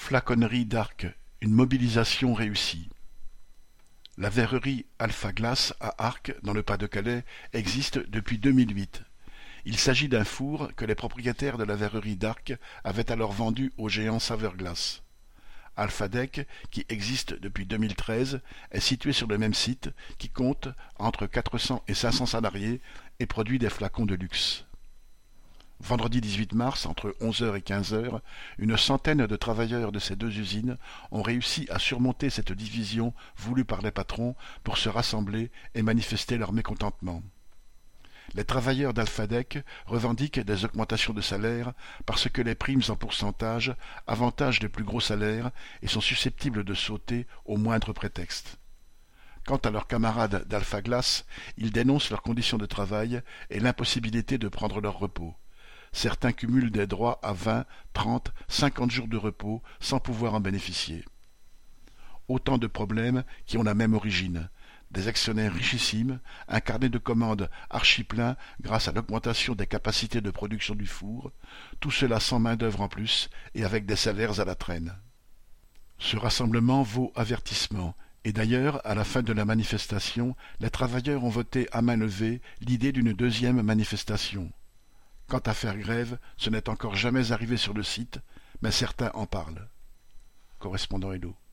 Flaconnerie d'Arques, une mobilisation réussie. La verrerie Alpha Glace à Arques, dans le Pas-de-Calais, existe depuis 2008. Il s'agit d'un four que les propriétaires de la verrerie d'Arques avaient alors vendu au géant Saverglass. Alphadec, qui existe depuis 2013, est situé sur le même site, qui compte entre 400 et 500 salariés et produit des flacons de luxe. Vendredi 18 mars, entre 11h et 15h, une centaine de travailleurs de ces deux usines ont réussi à surmonter cette division voulue par les patrons pour se rassembler et manifester leur mécontentement. Les travailleurs d'Alphadec revendiquent des augmentations de salaire parce que les primes en pourcentage avantagent les plus gros salaires et sont susceptibles de sauter au moindre prétexte. Quant à leurs camarades d'Alpha Glace, ils dénoncent leurs conditions de travail et l'impossibilité de prendre leur repos. Certains cumulent des droits à 20, 30, 50 jours de repos sans pouvoir en bénéficier. Autant de problèmes qui ont la même origine. Des actionnaires richissimes, un carnet de commandes archi-plein grâce à l'augmentation des capacités de production du four, tout cela sans main-d'œuvre en plus et avec des salaires à la traîne. Ce rassemblement vaut avertissement. Et d'ailleurs, à la fin de la manifestation, les travailleurs ont voté à main levée l'idée d'une deuxième manifestation. Quant à faire grève, ce n'est encore jamais arrivé sur le site, mais certains en parlent. Correspondant Hello.